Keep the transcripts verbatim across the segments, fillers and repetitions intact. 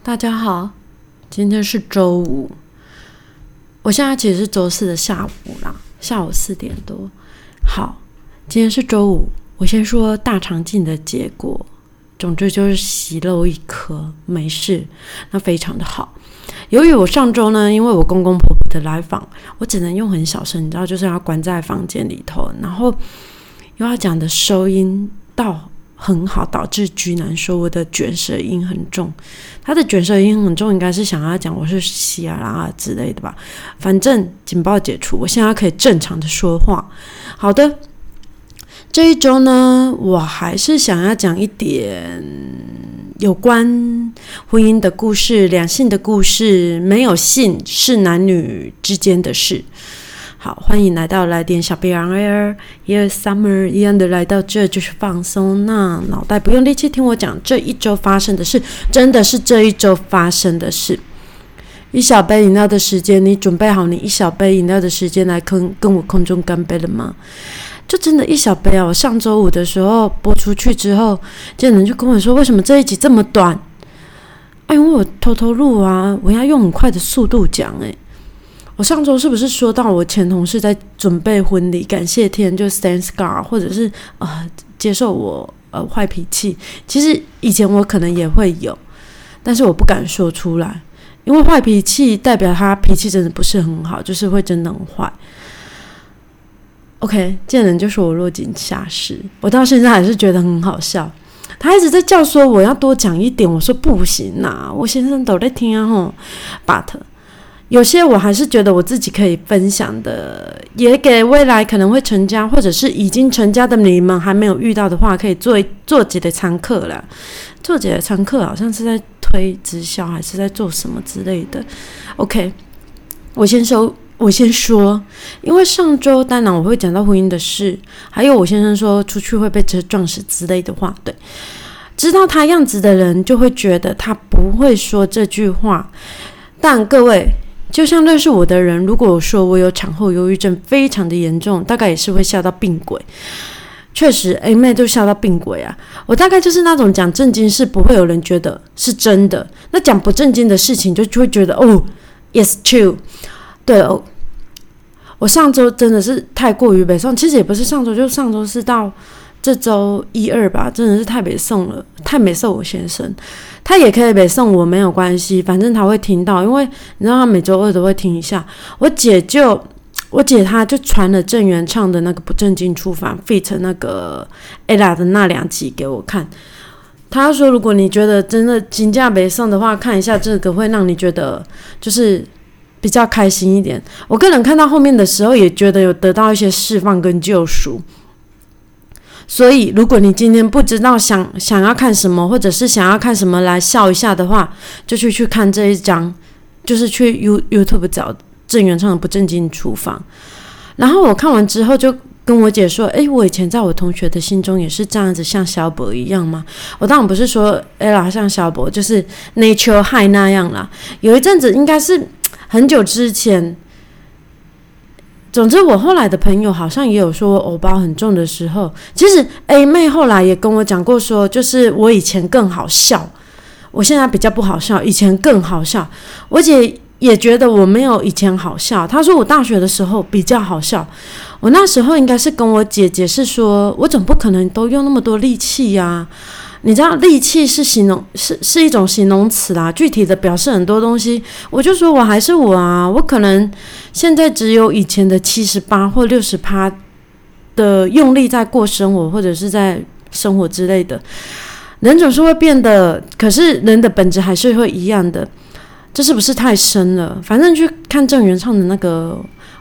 大家好，今天是周五，我现在其实是周四的下午啦，下午四点多。好，今天是周五，我先说大肠镜的结果，总之就是息肉一颗，没事，那非常的好。由于我上周呢，因为我公公婆婆的来访，我只能用很小声，你知道，就是要关在房间里头，然后又要讲的收音到很好，导致居男说我的卷舌音很重。他的卷舌音很重，应该是想要讲我是西啊啦之类的吧。反正警报解除，我现在可以正常的说话。好的，这一周呢，我还是想要讲一点有关婚姻的故事、两性的故事，没有性是男女之间的事。好，欢迎来到来点小 B R Air Year Summer 一样的来到这就是放松，那脑袋不用力气听我讲这一周发生的事，真的是这一周发生的事。一小杯饮料的时间，你准备好你一小杯饮料的时间来跟跟我空中干杯了吗？就真的一小杯啊！我上周五的时候播出去之后，就有人就跟我说，为什么这一集这么短？哎，因为我偷偷录啊，我要用很快的速度讲哎、欸。我上周是不是说到我前同事在准备婚礼，感谢天就 thanks God， 或者是呃接受我呃坏脾气？其实以前我可能也会有，但是我不敢说出来，因为坏脾气代表他脾气真的不是很好，就是会真的很坏。OK， 见人就说我落井下石，我到现在还是觉得很好笑。他一直在叫说我要多讲一点，我说不行啊，我先生都在听啊吼 ，but。有些我还是觉得我自己可以分享的，也给未来可能会成家或者是已经成家的你们还没有遇到的话，可以做做几的常客啦。做几的常客好像是在推直销还是在做什么之类的。OK， 我先说，我先说，因为上周当然我会讲到婚姻的事，还有我先生说出去会被车撞死之类的话，对。知道他样子的人就会觉得他不会说这句话，但各位。就像认识我的人，如果我说我有产后忧郁症非常的严重，大概也是会笑到病鬼。确实 A 妹就笑到病鬼啊，我大概就是那种讲正经事不会有人觉得是真的，那讲不正经的事情就就会觉得哦 yes true。 对哦，我上周真的是太过于北宋，其实也不是上周，就上周是到这周一二吧，真的是太北宋了，太北宋我先生。他也可以北送我没有关系，反正他会听到，因为你知道他每周二都会听一下。我姐就我姐她就传了郑元畅的那个不正经厨房 feat 那个 Ella 的那两集给我看。他说如果你觉得真的金价北送的话，看一下这个会让你觉得就是比较开心一点。我个人看到后面的时候也觉得有得到一些释放跟救赎。所以如果你今天不知道想想要看什么，或者是想要看什么来笑一下的话，就去去看这一章，就是去 YouTube 找郑元畅的不正经厨房。然后我看完之后就跟我姐说，诶，我以前在我同学的心中也是这样子，像小博一样吗？我当然不是说 Ella 像小博就是 Nature High 那样啦，有一阵子应该是很久之前。总之我后来的朋友好像也有说我偶包很重的时候，其实 A 妹后来也跟我讲过说，就是我以前更好笑，我现在比较不好笑，以前更好笑。我姐也觉得我没有以前好笑，她说我大学的时候比较好笑。我那时候应该是跟我姐解释说，我总不可能都用那么多力气啊，你知道力气是形容是是一种形容词啦，具体的表示很多东西。我就说我还是我啊，我可能现在只有以前的七十八或六十趴的用力在过生活，或者是在生活之类的。人总是会变的，可是人的本质还是会一样的。这是不是太深了？反正去看郑元畅的那个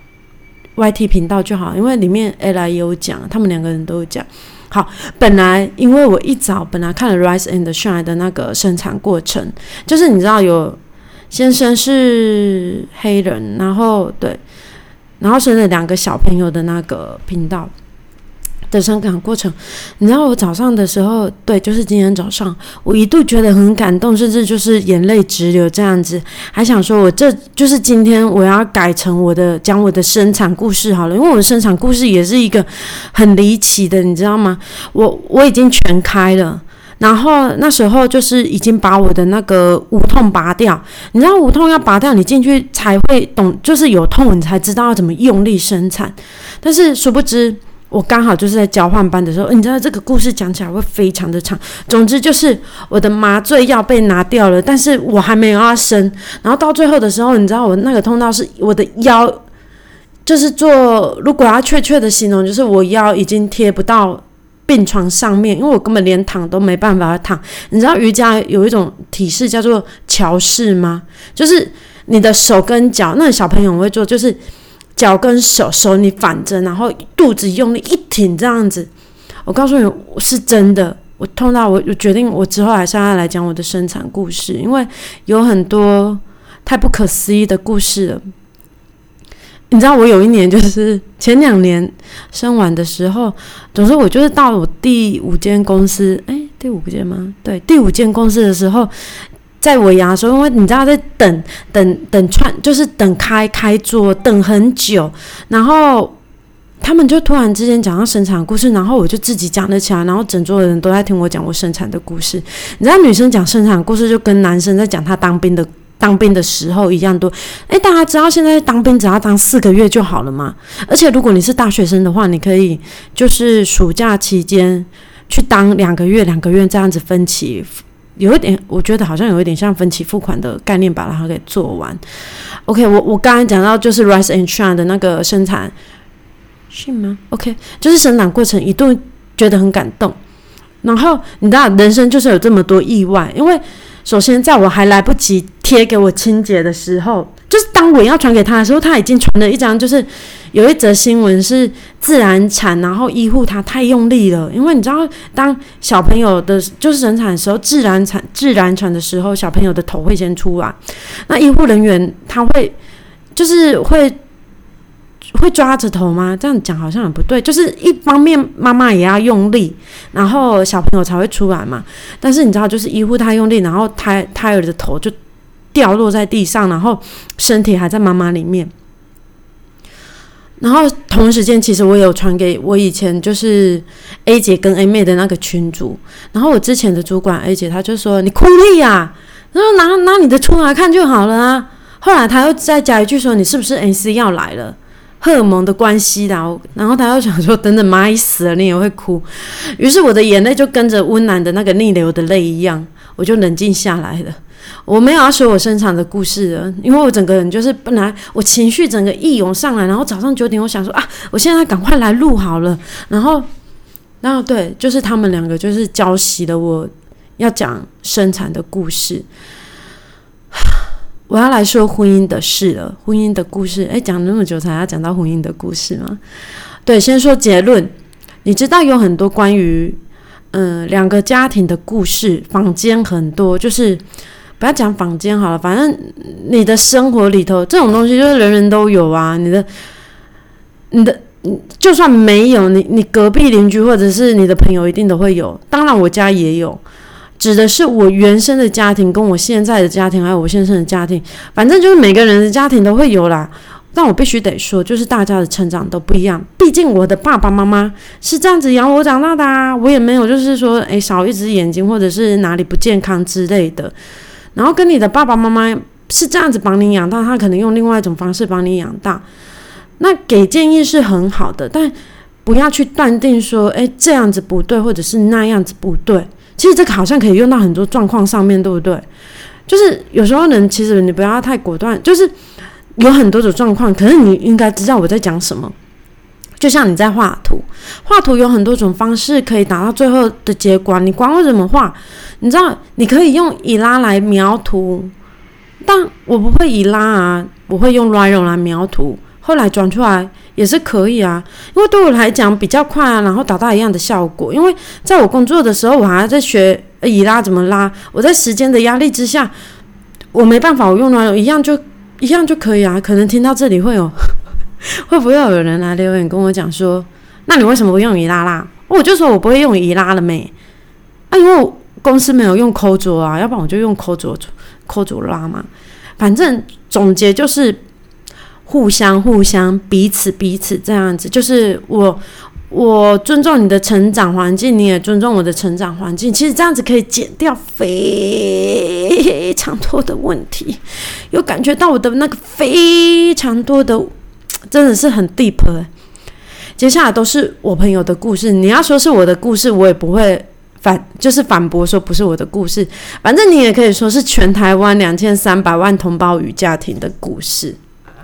Y T 频道就好，因为里面 Ella 也有讲，他们两个人都有讲。好，本来因为我一早本来看了 Rise and Shine 的那个生产过程，就是你知道有先生是黑人，然后对，然后生了两个小朋友的那个频道的生产过程。你知道我早上的时候，对，就是今天早上，我一度觉得很感动，甚至就是眼泪直流这样子，还想说我这就是今天我要改成我的讲我的生产故事好了，因为我的生产故事也是一个很离奇的，你知道吗？我我已经全开了。 然后那时候就是已经把我的那个无痛拔掉，你知道无痛要拔掉，你进去才会懂，就是有痛你才知道要怎么用力生产。但是殊不知我刚好就是在交换班的时候，你知道这个故事讲起来会非常的长。总之就是我的麻醉药被拿掉了，但是我还没有要生，然后到最后的时候，你知道我那个痛到是我的腰，就是做如果要确切的形容，就是我腰已经贴不到病床上面，因为我根本连躺都没办法躺。你知道瑜伽有一种体式叫做桥式吗？就是你的手跟脚，那个小朋友会做，就是脚跟手手你反着，然后肚子用力一挺这样子。我告诉你是真的，我痛到我我决定我之后还是要来讲我的生产故事，因为有很多太不可思议的故事了。你知道我有一年就是前两年生完的时候，总之我就是到我第五间公司，哎，第五间吗？对，第五间公司的时候，在尾牙的时候，因为你知道在等等等串，就是等开开桌，等很久，然后他们就突然之间讲到生产的故事，然后我就自己讲了起来，然后整桌的人都在听我讲我生产的故事。你知道女生讲生产的故事就跟男生在讲他当兵的当兵的时候一样多。哎，大家知道现在当兵只要当四个月就好了吗？而且如果你是大学生的话，你可以就是暑假期间去当两个月两个月这样子分期，有一点我觉得好像有一点像分期付款的概念把它给做完。 OK， 我我刚才讲到就是 Rise and Shine 的那个生产是吗 OK， 就是生产过程一度觉得很感动。然后你知道人生就是有这么多意外，因为首先在我还来不及贴给我亲姐的时候，就是当我要传给她的时候，她已经传了一张，就是有一则新闻是自然产，然后医护她太用力了。因为你知道当小朋友的就是生产的时候，自然产自然产的时候，小朋友的头会先出来，那医护人员他会就是会会抓着头吗？这样讲好像很不对，就是一方面妈妈也要用力，然后小朋友才会出来嘛。但是你知道就是医护他用力，然后胎胎儿的头就掉落在地上，然后身体还在妈妈里面。然后同时间其实我有传给我以前就是 A 姐跟 A 妹的那个群组，然后我之前的主管 A 姐她就说你哭屁啊，然后拿拿你的出来看就好了啊。后来她又再加一句说你是不是 M C 要来了，荷尔蒙的关系啦，然后他又想说等等蚂蚁死了你也会哭，于是我的眼泪就跟着温岚的那个逆流的泪一样，我就冷静下来了。我没有要说我生产的故事了，因为我整个人就是本来我情绪整个一涌上来，然后早上九点我想说啊，我现在赶快来录好了，然后然后对，就是他们两个就是浇熄了我要讲生产的故事。我要来说婚姻的事了，婚姻的故事。哎，讲那么久才要讲到婚姻的故事吗？对，先说结论。你知道有很多关于嗯两个家庭的故事，坊间很多，就是不要讲坊间好了，反正你的生活里头这种东西就是人人都有啊。你的你的就算没有，你你隔壁邻居或者是你的朋友一定都会有。当然我家也有。指的是我原生的家庭跟我现在的家庭还有我先生的家庭，反正就是每个人的家庭都会有啦。但我必须得说，就是大家的成长都不一样，毕竟我的爸爸妈妈是这样子养我长大的啊，我也没有就是说诶少一只眼睛或者是哪里不健康之类的。然后跟你的爸爸妈妈是这样子帮你养大，他可能用另外一种方式帮你养大，那给建议是很好的，但不要去断定说诶这样子不对或者是那样子不对。其实这个好像可以用到很多状况上面，对不对？就是有时候人其实你不要太果断，就是有很多种状况，可是你应该知道我在讲什么。就像你在画图，画图有很多种方式可以达到最后的结果，你管我怎么画，你知道你可以用以拉来描图，但我不会以拉啊，我会用 Rhino 来描图，后来转出来也是可以啊，因为对我来讲比较快啊，然后达到一样的效果。因为在我工作的时候，我还在学以拉怎么拉，我在时间的压力之下，我没办法，我用了一样就一样就可以啊。可能听到这里会有会不会有人来留言跟我讲说，那你为什么不用以拉啦？我就说我不会用以拉了没啊，因为我公司没有用抠桌啊，要不然我就用抠桌抠桌拉嘛。反正总结就是互相互相彼此彼此这样子，就是我我尊重你的成长环境，你也尊重我的成长环境，其实这样子可以减掉非常多的问题。有感觉到我的那个非常多的，真的是很 deep 欸。接下来都是我朋友的故事，你要说是我的故事，我也不会反，就是反驳说不是我的故事。反正你也可以说是全台湾两千三百万同胞与家庭的故事，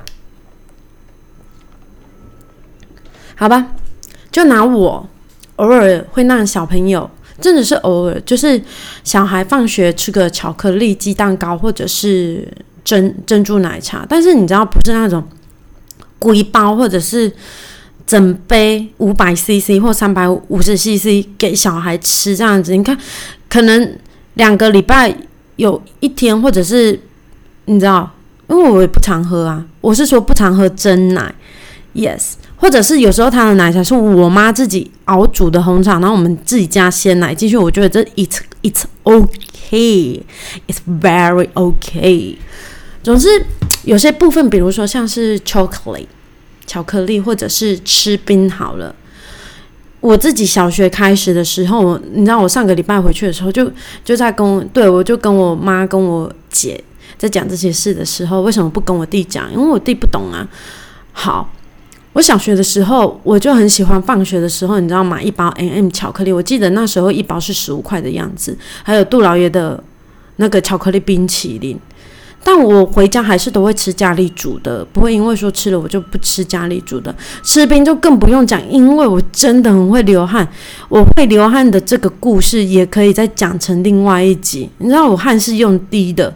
好吧？就拿我偶尔会让小朋友，真的是偶尔，就是小孩放学吃个巧克力鸡蛋糕，或者是珍珍珠奶茶，但是你知道不是那种规包或者是整杯五百 C C 或三百五十 C C 给小孩吃这样子。你看，可能两个礼拜有一天，或者是你知道，因为我也不常喝啊，我是说不常喝真奶 ，yes， 或者是有时候他的奶茶是我妈自己熬煮的红茶，然后我们自己加鲜奶进去，我觉得这 it's it's okay， it's very okay。总之，有些部分，比如说像是 chocolate。巧克力或者是吃冰好了，我自己小学开始的时候，你知道我上个礼拜回去的时候就就在跟我对我就跟我妈跟我姐在讲这些事的时候，为什么不跟我弟讲？因为我弟不懂啊。好，我小学的时候我就很喜欢放学的时候，你知道买一包 M and M 巧克力，我记得那时候一包是十五块的样子，还有杜老爷的那个巧克力冰淇淋。但我回家还是都会吃家里煮的，不会因为说吃了我就不吃家里煮的。吃冰就更不用讲，因为我真的很会流汗。我会流汗的这个故事也可以再讲成另外一集。你知道我汗是用滴的，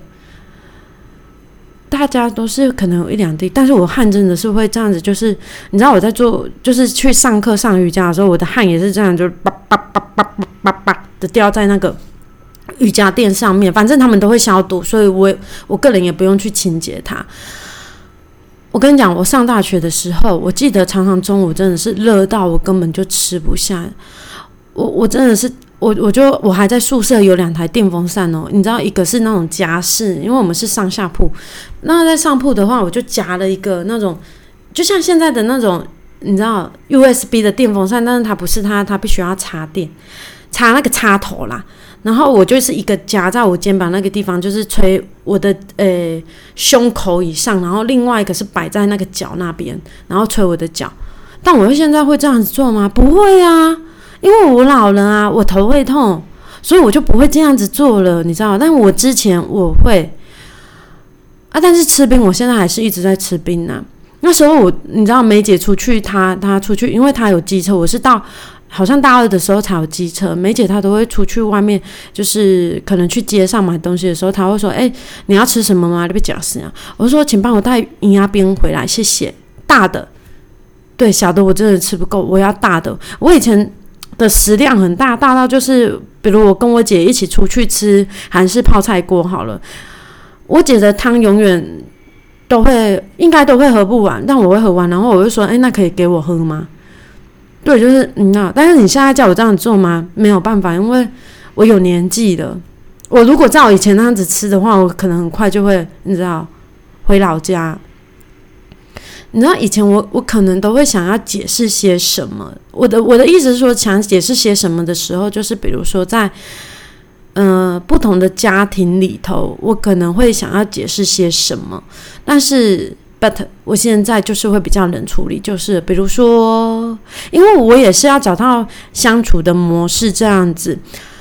大家都是可能有一两滴，但是我汗真的是会这样子，就是你知道我在做，就是去上课上瑜伽的时候，我的汗也是这样，就是叭叭叭叭叭叭叭的掉在那个瑜伽垫上面，反正他们都会消毒，所以我我个人也不用去清洁它。我跟你讲，我上大学的时候，我记得常常中午真的是热到我根本就吃不下。我我真的是我我就我还在宿舍有两台电风扇哦，你知道一个是那种夹式，因为我们是上下铺。那在上铺的话，我就夹了一个那种，就像现在的那种，你知道 U S B 的电风扇，但是它不是它，它必须要插电，插那个插头啦。然后我就是一个夹在我肩膀那个地方，就是吹我的呃胸口以上，然后另外一个是摆在那个脚那边，然后吹我的脚。但我现在会这样子做吗？不会啊，因为我老了啊，我头会痛，所以我就不会这样子做了，你知道？但我之前我会啊，但是吃冰，我现在还是一直在吃冰啊。那时候我你知道梅姐出去，她她出去，因为她有机车，我是到。好像大二的时候才有机车，梅姐她都会出去外面，就是可能去街上买东西的时候，她会说：“哎、欸，你要吃什么吗？你被讲死啊！”我说：“请帮我带银牙冰回来，谢谢。”大的，对，小的我真的吃不够，我要大的。我以前的食量很大，大到就是，比如我跟我姐一起出去吃韩式泡菜锅好了，我姐的汤永远都会，应该都会喝不完，但我会喝完，然后我就说：“哎、欸，那可以给我喝吗？”对，就是你知道，但是你现在叫我这样做吗？没有办法，因为我有年纪了。我如果照以前那样子吃的话，我可能很快就会，你知道，回老家。你知道以前我我可能都会想要解释些什么。我的我的意思是说，想解释些什么的时候，就是比如说在呃不同的家庭里头，我可能会想要解释些什么，但是。But 我现在就是会比较冷处理，就是比如说，因为我也是要找到相处的模式，这样子。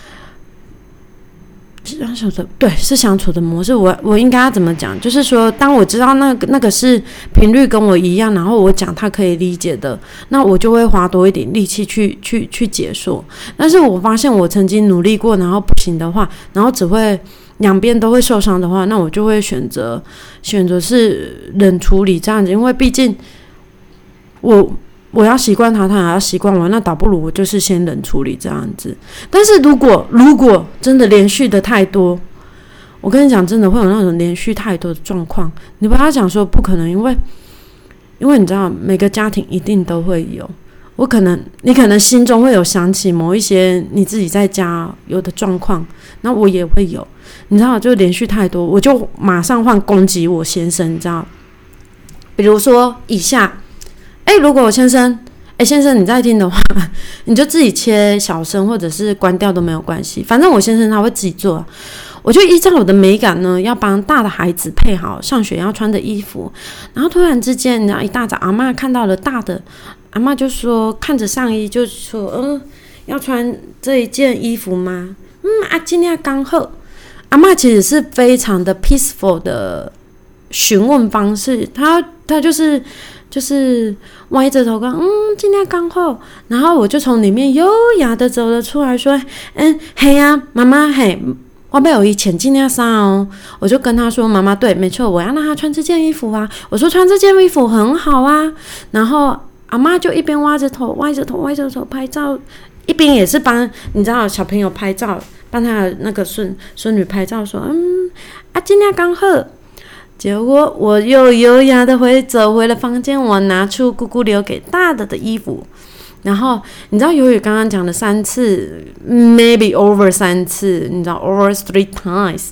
相处的对是相处的模式，我我应该要怎么讲？就是说，当我知道那个那个是频率跟我一样，然后我讲他可以理解的，那我就会花多一点力气去去去解说。但是我发现我曾经努力过，然后不行的话，然后只会。两边都会受伤的话，那我就会选择选择是冷处理这样子，因为毕竟我我要习惯他，他也要习惯我，那倒不如我就是先冷处理这样子。但是如果如果真的连续的太多，我跟你讲，真的会有那种连续太多的状况。你不要讲说不可能，因为因为你知道每个家庭一定都会有。我可能你可能心中会有想起某一些你自己在家有的状况，那我也会有，你知道，就连续太多，我就马上换攻击我先生，你知道？比如说以下，哎，如果我先生， 哎，先生你在听的话，你就自己切小声或者是关掉都没有关系，反正我先生他会自己做、啊。我就依照我的美感呢，要帮大的孩子配好上学要穿的衣服。然后突然之间，你知道一大早，阿嬷看到了大的，阿嬷就说看着上衣就说：“嗯、呃，要穿这一件衣服吗？”嗯啊，今天刚好。阿嬷其实是非常的 peaceful 的询问方式，她她就是就是歪着头讲：“嗯，今天刚好。”然后我就从里面优雅的走了出来，说：“嗯，嘿呀、啊，妈妈嘿。”我要有一千斤那衫哦，我就跟他说：“妈妈，对，没错，我要让他穿这件衣服啊。”我说：“穿这件衣服很好啊。”然后阿妈就一边歪着头、歪着头、歪着头拍照，一边也是帮你知道小朋友拍照，帮他的那个孙孙女拍照，说：“嗯，啊，今天刚好。”结果我又优雅的回走回了房间，我拿出姑姑留给大的的衣服。然后你知道由于刚刚讲了三次 maybe over 三次，你知道 over three times，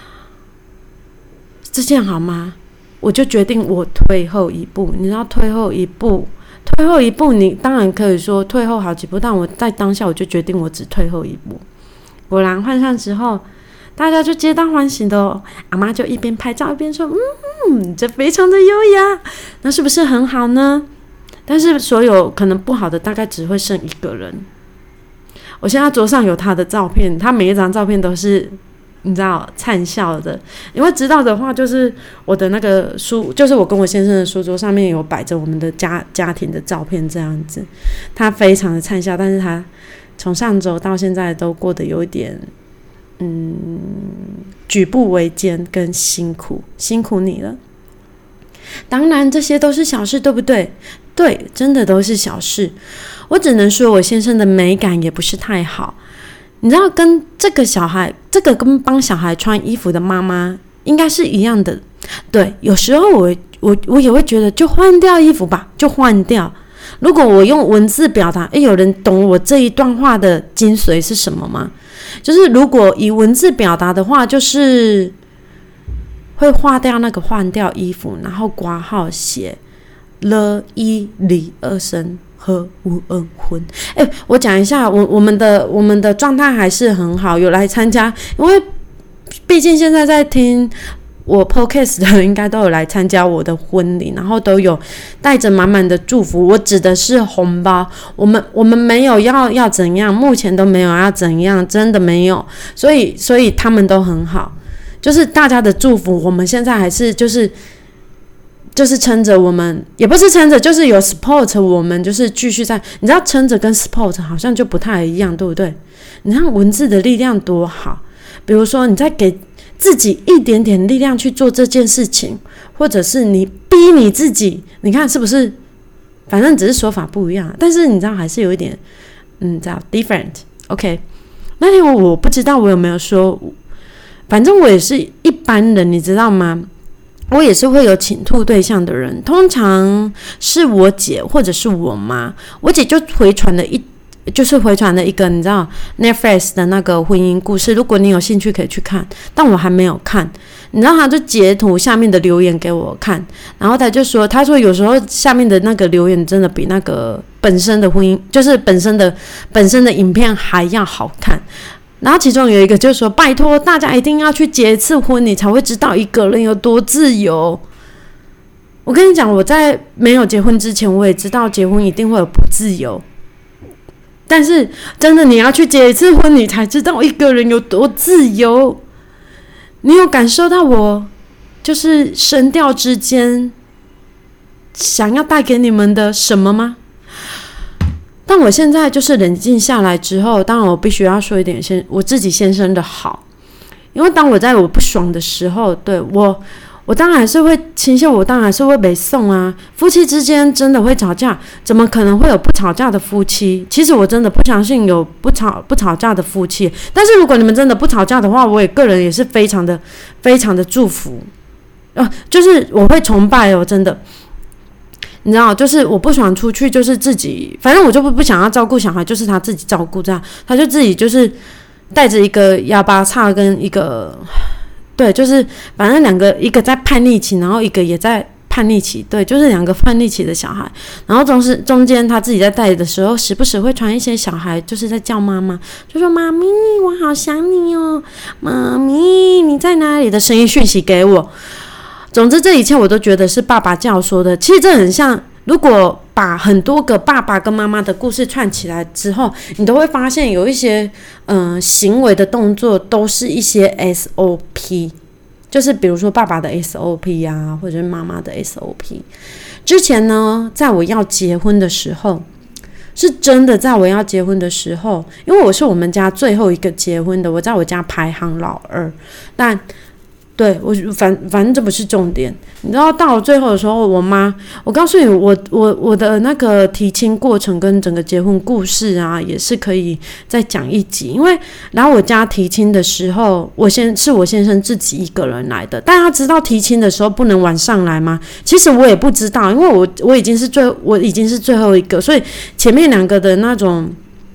这件好吗？我就决定我退后一步。你知道退后一步退后一步你当然可以说退后好几步，但我在当下我就决定我只退后一步。果然换上之后大家就皆大欢喜的哦，阿妈就一边拍照一边说：“嗯，这非常的优雅，那是不是很好呢？”但是所有可能不好的大概只会剩一个人。我现在桌上有他的照片，他每一张照片都是你知道灿笑的。因为知道的话，就是我的那个书，就是我跟我先生的书桌上面有摆着我们的家家庭的照片这样子。他非常的灿笑，但是他从上周到现在都过得有一点嗯举步维艰跟辛苦，辛苦你了。当然这些都是小事，对不对？对，真的都是小事。我只能说我先生的美感也不是太好，你知道跟这个小孩这个跟帮小孩穿衣服的妈妈应该是一样的。对，有时候我我我也会觉得就换掉衣服吧，就换掉。如果我用文字表达，诶，有人懂我这一段话的精髓是什么吗？就是如果以文字表达的话，就是会划掉那个换掉衣服，然后括号写了一里二声和无恩婚。哎，我讲一下，我我们的我们的状态还是很好，有来参加，因为毕竟现在在听我 podcast 的人应该都有来参加我的婚礼，然后都有带着满满的祝福。我指的是红包，我们我们没有要要怎样，目前都没有要怎样，真的没有，所以所以他们都很好。就是大家的祝福，我们现在还是就是就是撑着我们，也不是撑着，就是有 support 我们，就是继续在。你知道撑着跟 support 好像就不太一样，对不对？你看文字的力量多好，比如说你在给自己一点点力量去做这件事情，或者是你逼你自己，你看是不是？反正只是说法不一样，但是你知道还是有一点，嗯，知道 different。OK， 那天我不知道我有没有说。反正我也是一般人，你知道吗？我也是会有倾吐对象的人，通常是我姐或者是我妈。我姐就回传了一，就是回传了一个你知道 Netflix 的那个婚姻故事，如果你有兴趣可以去看，但我还没有看。你知道她就截图下面的留言给我看，然后她就说，她说有时候下面的那个留言真的比那个本身的婚姻，就是本身的本身的影片还要好看。然后其中有一个就说，拜托大家一定要去结一次婚，你才会知道一个人有多自由。我跟你讲，我在没有结婚之前，我也知道结婚一定会有不自由，但是真的你要去结一次婚，你才知道一个人有多自由。你有感受到我就是声调之间想要带给你们的什么吗？但我现在就是冷静下来之后，当然我必须要说一点先我自己先生的好，因为当我在我不爽的时候，对我我当然还是会倾向，我当然还是会北宋啊。夫妻之间真的会吵架，怎么可能会有不吵架的夫妻？其实我真的不相信有不吵不吵架的夫妻。但是如果你们真的不吵架的话，我也个人也是非常的非常的祝福，呃，就是我会崇拜哦，真的。你知道，就是我不想出去，就是自己，反正我就不不想要照顾小孩，就是他自己照顾这样，他就自己就是带着一个哑巴叉跟一个，对，就是反正两个，一个在叛逆期，然后一个也在叛逆期，对，就是两个叛逆期的小孩。然后中是中间他自己在带的时候，时不时会传一些小孩就是在叫妈妈，就说妈咪，我好想你哦，妈咪你在哪里的声音讯息给我。总之这一切我都觉得是爸爸教唆的。其实这很像，如果把很多个爸爸跟妈妈的故事串起来之后，你都会发现有一些嗯、呃、行为的动作都是一些 S O P。就是比如说爸爸的 S O P 啊，或者是妈妈的 S O P。之前呢，在我要结婚的时候，是真的在我要结婚的时候，因为我是我们家最后一个结婚的，我在我家排行老二，但对我反反正这不是重点。你知道到了最后的时候，我妈，我告诉你，我我我的那个提亲过程跟整个结婚故事啊，也是可以再讲一集。因为来我家提亲的时候，我先是我先生自己一个人来的。大家知道提亲的时候不能晚上来吗？其实我也不知道，因为我我已经是最我已经是最后一个，所以前面两个的那种。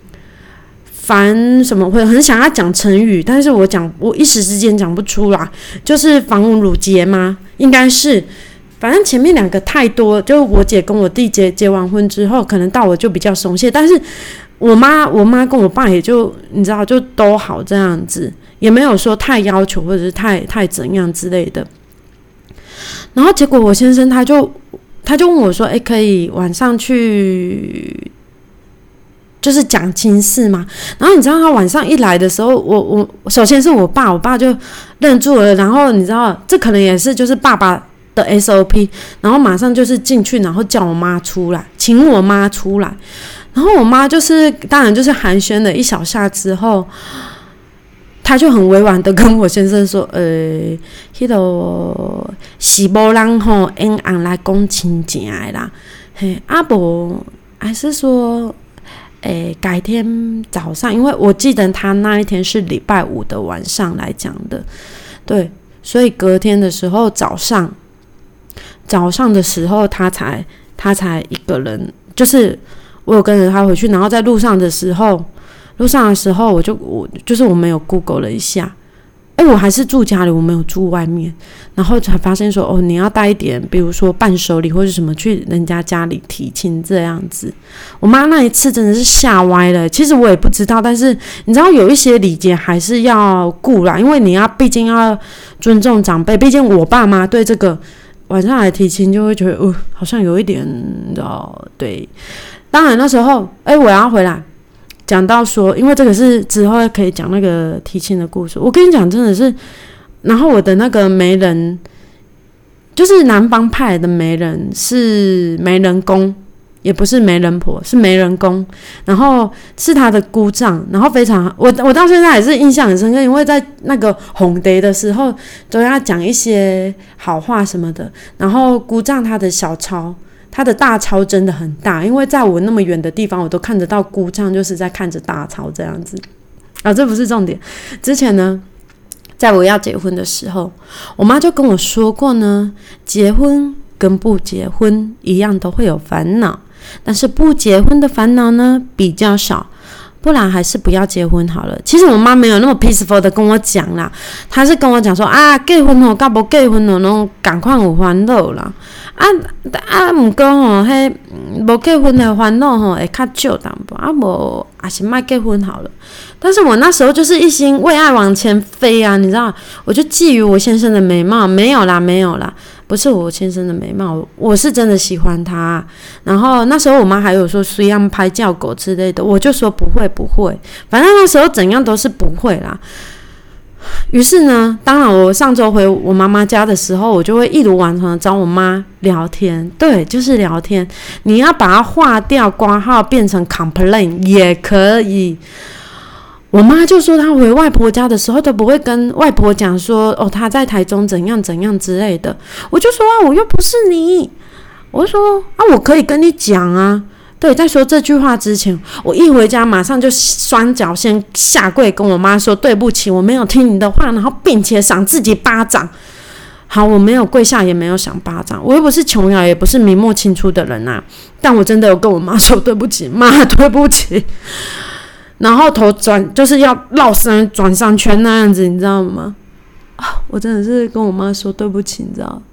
烦什么会很想要讲成语，但是我讲我一时之间讲不出来，就是房屋乳结吗？应该是，反正前面两个太多，就我姐跟我弟结结完婚之后，可能到我就比较松懈，但是我妈我妈跟我爸也就你知道就都好这样子，也没有说太要求或者是太太怎样之类的。然后结果我先生他就他就问我说：“哎，可以晚上去？”就是讲亲事嘛，然后你知道他晚上一来的时候，我我首先是我爸，我爸就愣住了，然后你知道这可能也是就是爸爸的 S O P， 然后马上就是进去，然后叫我妈出来，请我妈出来，然后我妈就是当然就是寒暄了一小下之后，他就很委婉的跟我先生说，呃，迄个是无人吼用红来讲亲情的啦，嘿，啊无还是说。诶，改天早上，因为我记得他那一天是礼拜五的晚上来讲的，对，所以隔天的时候早上，早上的时候他才他才一个人，就是我有跟着他回去，然后在路上的时候，路上的时候我就我就是我没有 Google 了一下。哎，我还是住家里，我没有住外面，然后才发现说，哦，你要带一点，比如说伴手礼或者什么去人家家里提亲这样子。我妈那一次真的是吓歪了，其实我也不知道，但是你知道有一些礼节还是要顾啦，因为你要毕竟要尊重长辈，毕竟我爸妈对这个晚上来提亲就会觉得，哦，好像有一点，你知道，对。当然那时候，哎，我要回来。讲到说，因为这个是之后可以讲那个提亲的故事。我跟你讲，真的是，然后我的那个媒人，就是南方派的媒人是媒人公，也不是媒人婆，是媒人公。然后是他的姑丈，然后非常我我到现在也是印象很深刻，因为在那个红day的时候都要讲一些好话什么的。然后姑丈他的小抄。他的大钞真的很大，因为在我那么远的地方，我都看得到姑丈就是在看着大钞这样子。啊，这不是重点。之前呢，在我要结婚的时候，我妈就跟我说过呢，结婚跟不结婚一样都会有烦恼，但是不结婚的烦恼呢比较少。不然还是不要结婚好了。其实我妈没有那么 peaceful 的跟我讲啦，她是跟我讲说啊，结婚吼，甲无结婚吼，拢同款有烦恼啦。啊啊，不过吼，迄无结婚的烦恼吼会较少淡薄，啊无还是莫结婚好了。但是我那时候就是一心为爱往前飞啊，你知道，我就觊觎我先生的美貌，没有啦，没有啦。不是我先生的美貌，我是真的喜欢他。然后那时候我妈还有说虽然拍叫狗之类的，我就说不会不会，反正那时候怎样都是不会啦。于是呢，当然我上周回我妈妈家的时候，我就会一如往常的找我妈聊天，对，就是聊天。你要把它划掉括号变成 complain 也可以。我妈就说她回外婆家的时候都不会跟外婆讲说哦她在台中怎样怎样之类的，我就说啊我又不是你，我就说啊我可以跟你讲啊。对，在说这句话之前，我一回家马上就双脚先下跪跟我妈说对不起，我没有听你的话，然后并且赏自己巴掌。好，我没有跪下，也没有赏巴掌，我又不是琼瑶，也不是明末清初的人啊，但我真的有跟我妈说对不起，妈对不起。然后头转就是要绕三转三圈那样子，你知道吗？啊，我真的是跟我妈说对不起，你知道，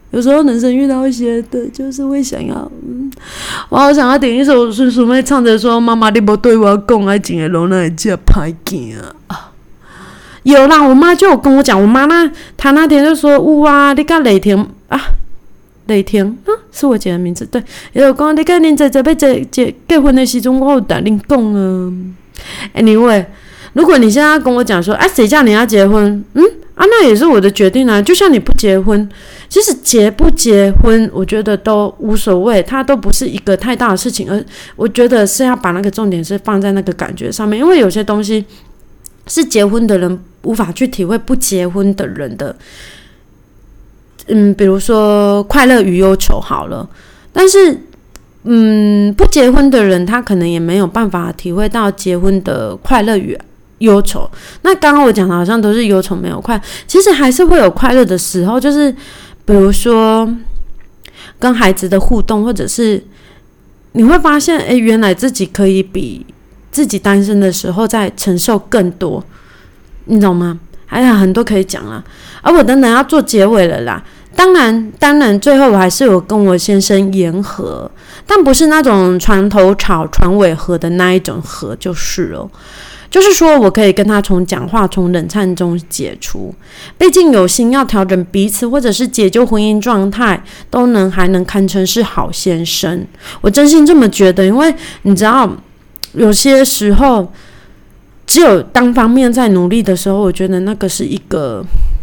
有时候人生遇到一些的，就是会想要，嗯，我好想要点一首孙淑妹唱着说：“妈妈，你无对我讲爱情的路，哪会这歹行啊？”有啦，我妈就有跟我讲，我妈那她那天就说：“有啊，你跟雷霆啊，雷霆啊，是我姐的名字，对，也有讲你跟恁姐姐要结结结婚的时阵，我有跟恁讲啊。Anyway， 如果你现在跟我讲说，啊，谁叫你要结婚？嗯。”啊，那也是我的决定啊！就像你不结婚，其实结不结婚，我觉得都无所谓，它都不是一个太大的事情。而我觉得是要把那个重点是放在那个感觉上面，因为有些东西是结婚的人无法去体会不结婚的人的，嗯，比如说快乐与忧愁好了，但是嗯，不结婚的人他可能也没有办法体会到结婚的快乐与忧愁。那刚刚我讲的好像都是忧愁没有快，其实还是会有快乐的时候，就是比如说跟孩子的互动，或者是你会发现，哎，原来自己可以比自己单身的时候再承受更多，你懂吗？还有很多可以讲啦。而我等等要做结尾了啦。当然，当然，最后我还是有跟我先生言和，但不是那种船头吵船尾和的那一种和，就是了。就是说我可以跟他从讲话从冷战中解除，毕竟有心要调整彼此或者是解救婚姻状态，都能还能堪称是好先生。我真心这么觉得，因为你知道有些时候只有单方面在努力的时候，我觉得那个是一个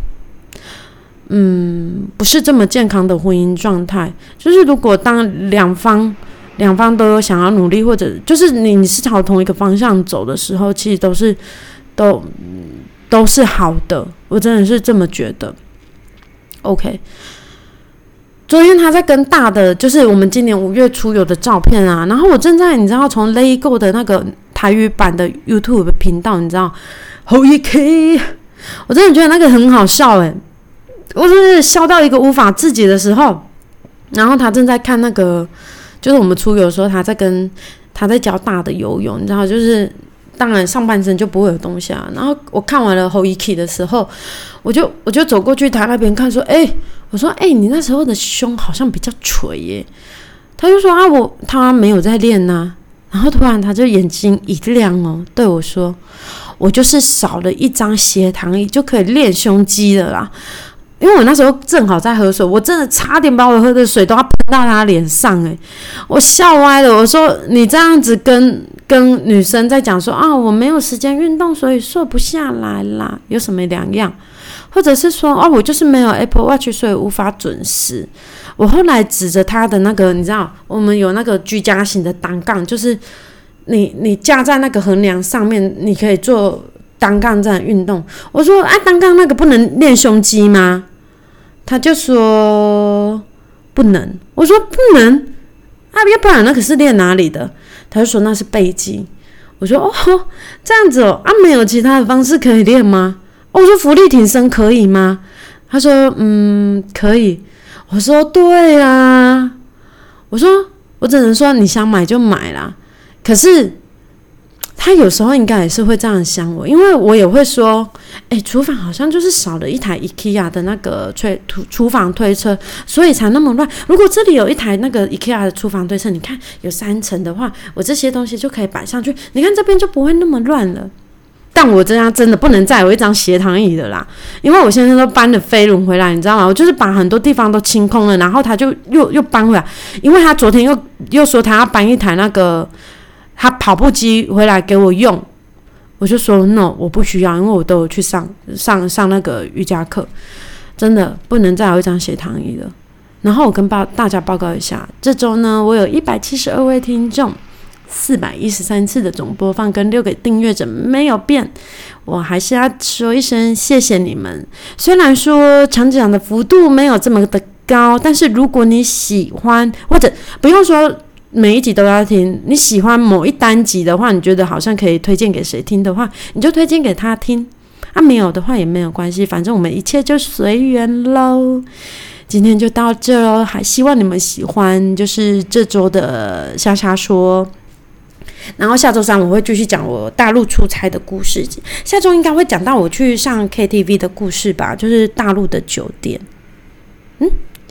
嗯不是这么健康的婚姻状态。就是如果当两方两方都有想要努力，或者就是你你是朝同一个方向走的时候，其实都是都都是好的，我真的是这么觉得。OK， 昨天他在跟大的，就是我们今年五月初有的照片啊，然后我正在你知道从 Lego 的那个台语版的 YouTube 频道，你知道后一 K， 我真的觉得那个很好笑诶、欸，我真的笑到一个无法自己的时候，然后他正在看那个。就是我们出游的时候，他在跟他在教大的游泳，你知道，就是当然上半身就不会有东西啊。然后我看完了后一 K 的时候，我就我就走过去他那边看，说：“哎、欸，我说哎、欸，你那时候的胸好像比较垂耶。”他就说：“啊，我他没有在练呐、啊。”然后突然他就眼睛一亮哦，对我说：“我就是少了一张血糖仪就可以练胸肌了啦。”因为我那时候正好在喝水，我真的差点把我喝的水都要喷到他脸上诶、欸，我笑歪了。我说你这样子跟跟女生在讲说啊，我没有时间运动，所以瘦不下来啦，有什么两样？或者是说哦，我就是没有 Apple Watch， 所以无法准时。我后来指着他的那个，你知道，我们有那个居家型的单杠，就是你你架在那个横梁上面，你可以做。单杠这样运动，我说啊，单杠那个不能练胸肌吗？他就说不能。我说不能啊，要不然那个是练哪里的？他就说那是背肌。我说哦，这样子哦，啊，没有其他的方式可以练吗？哦、我说浮力挺身可以吗？他说嗯，可以。我说对啊，我说我只能说你想买就买啦，可是。他有时候应该也是会这样想我，因为我也会说，哎、欸，厨房好像就是少了一台 IKEA 的那个推厨房推车，所以才那么乱。如果这里有一台那个 IKEA 的厨房推车，你看有三层的话，我这些东西就可以摆上去，你看这边就不会那么乱了。但我这样真的不能再有一张斜躺椅的啦，因为我现在都搬了飞轮回来，你知道吗？我就是把很多地方都清空了，然后他就又又搬回来，因为他昨天又又说他要搬一台那个。他跑步机回来给我用，我就说 no， 我不需要，因为我都有去上上上那个瑜伽课，真的不能再有一张血糖仪了。然后我跟大家报告一下，这周呢，我有一百七十二位听众，四百一十三次的总播放跟六个订阅者没有变，我还是要说一声谢谢你们。虽然说成长的幅度没有这么的高，但是如果你喜欢，或者不用说。每一集都要听，你喜欢某一单集的话，你觉得好像可以推荐给谁听的话，你就推荐给他听啊，没有的话也没有关系，反正我们一切就随缘咯。今天就到这咯，还希望你们喜欢就是这周的莎莎说，然后下周三我会继续讲我大陆出差的故事，下周应该会讲到我去上 K T V 的故事吧，就是大陆的酒店。嗯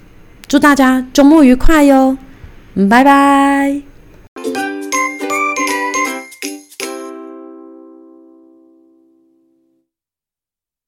祝大家周末愉快哟，拜拜。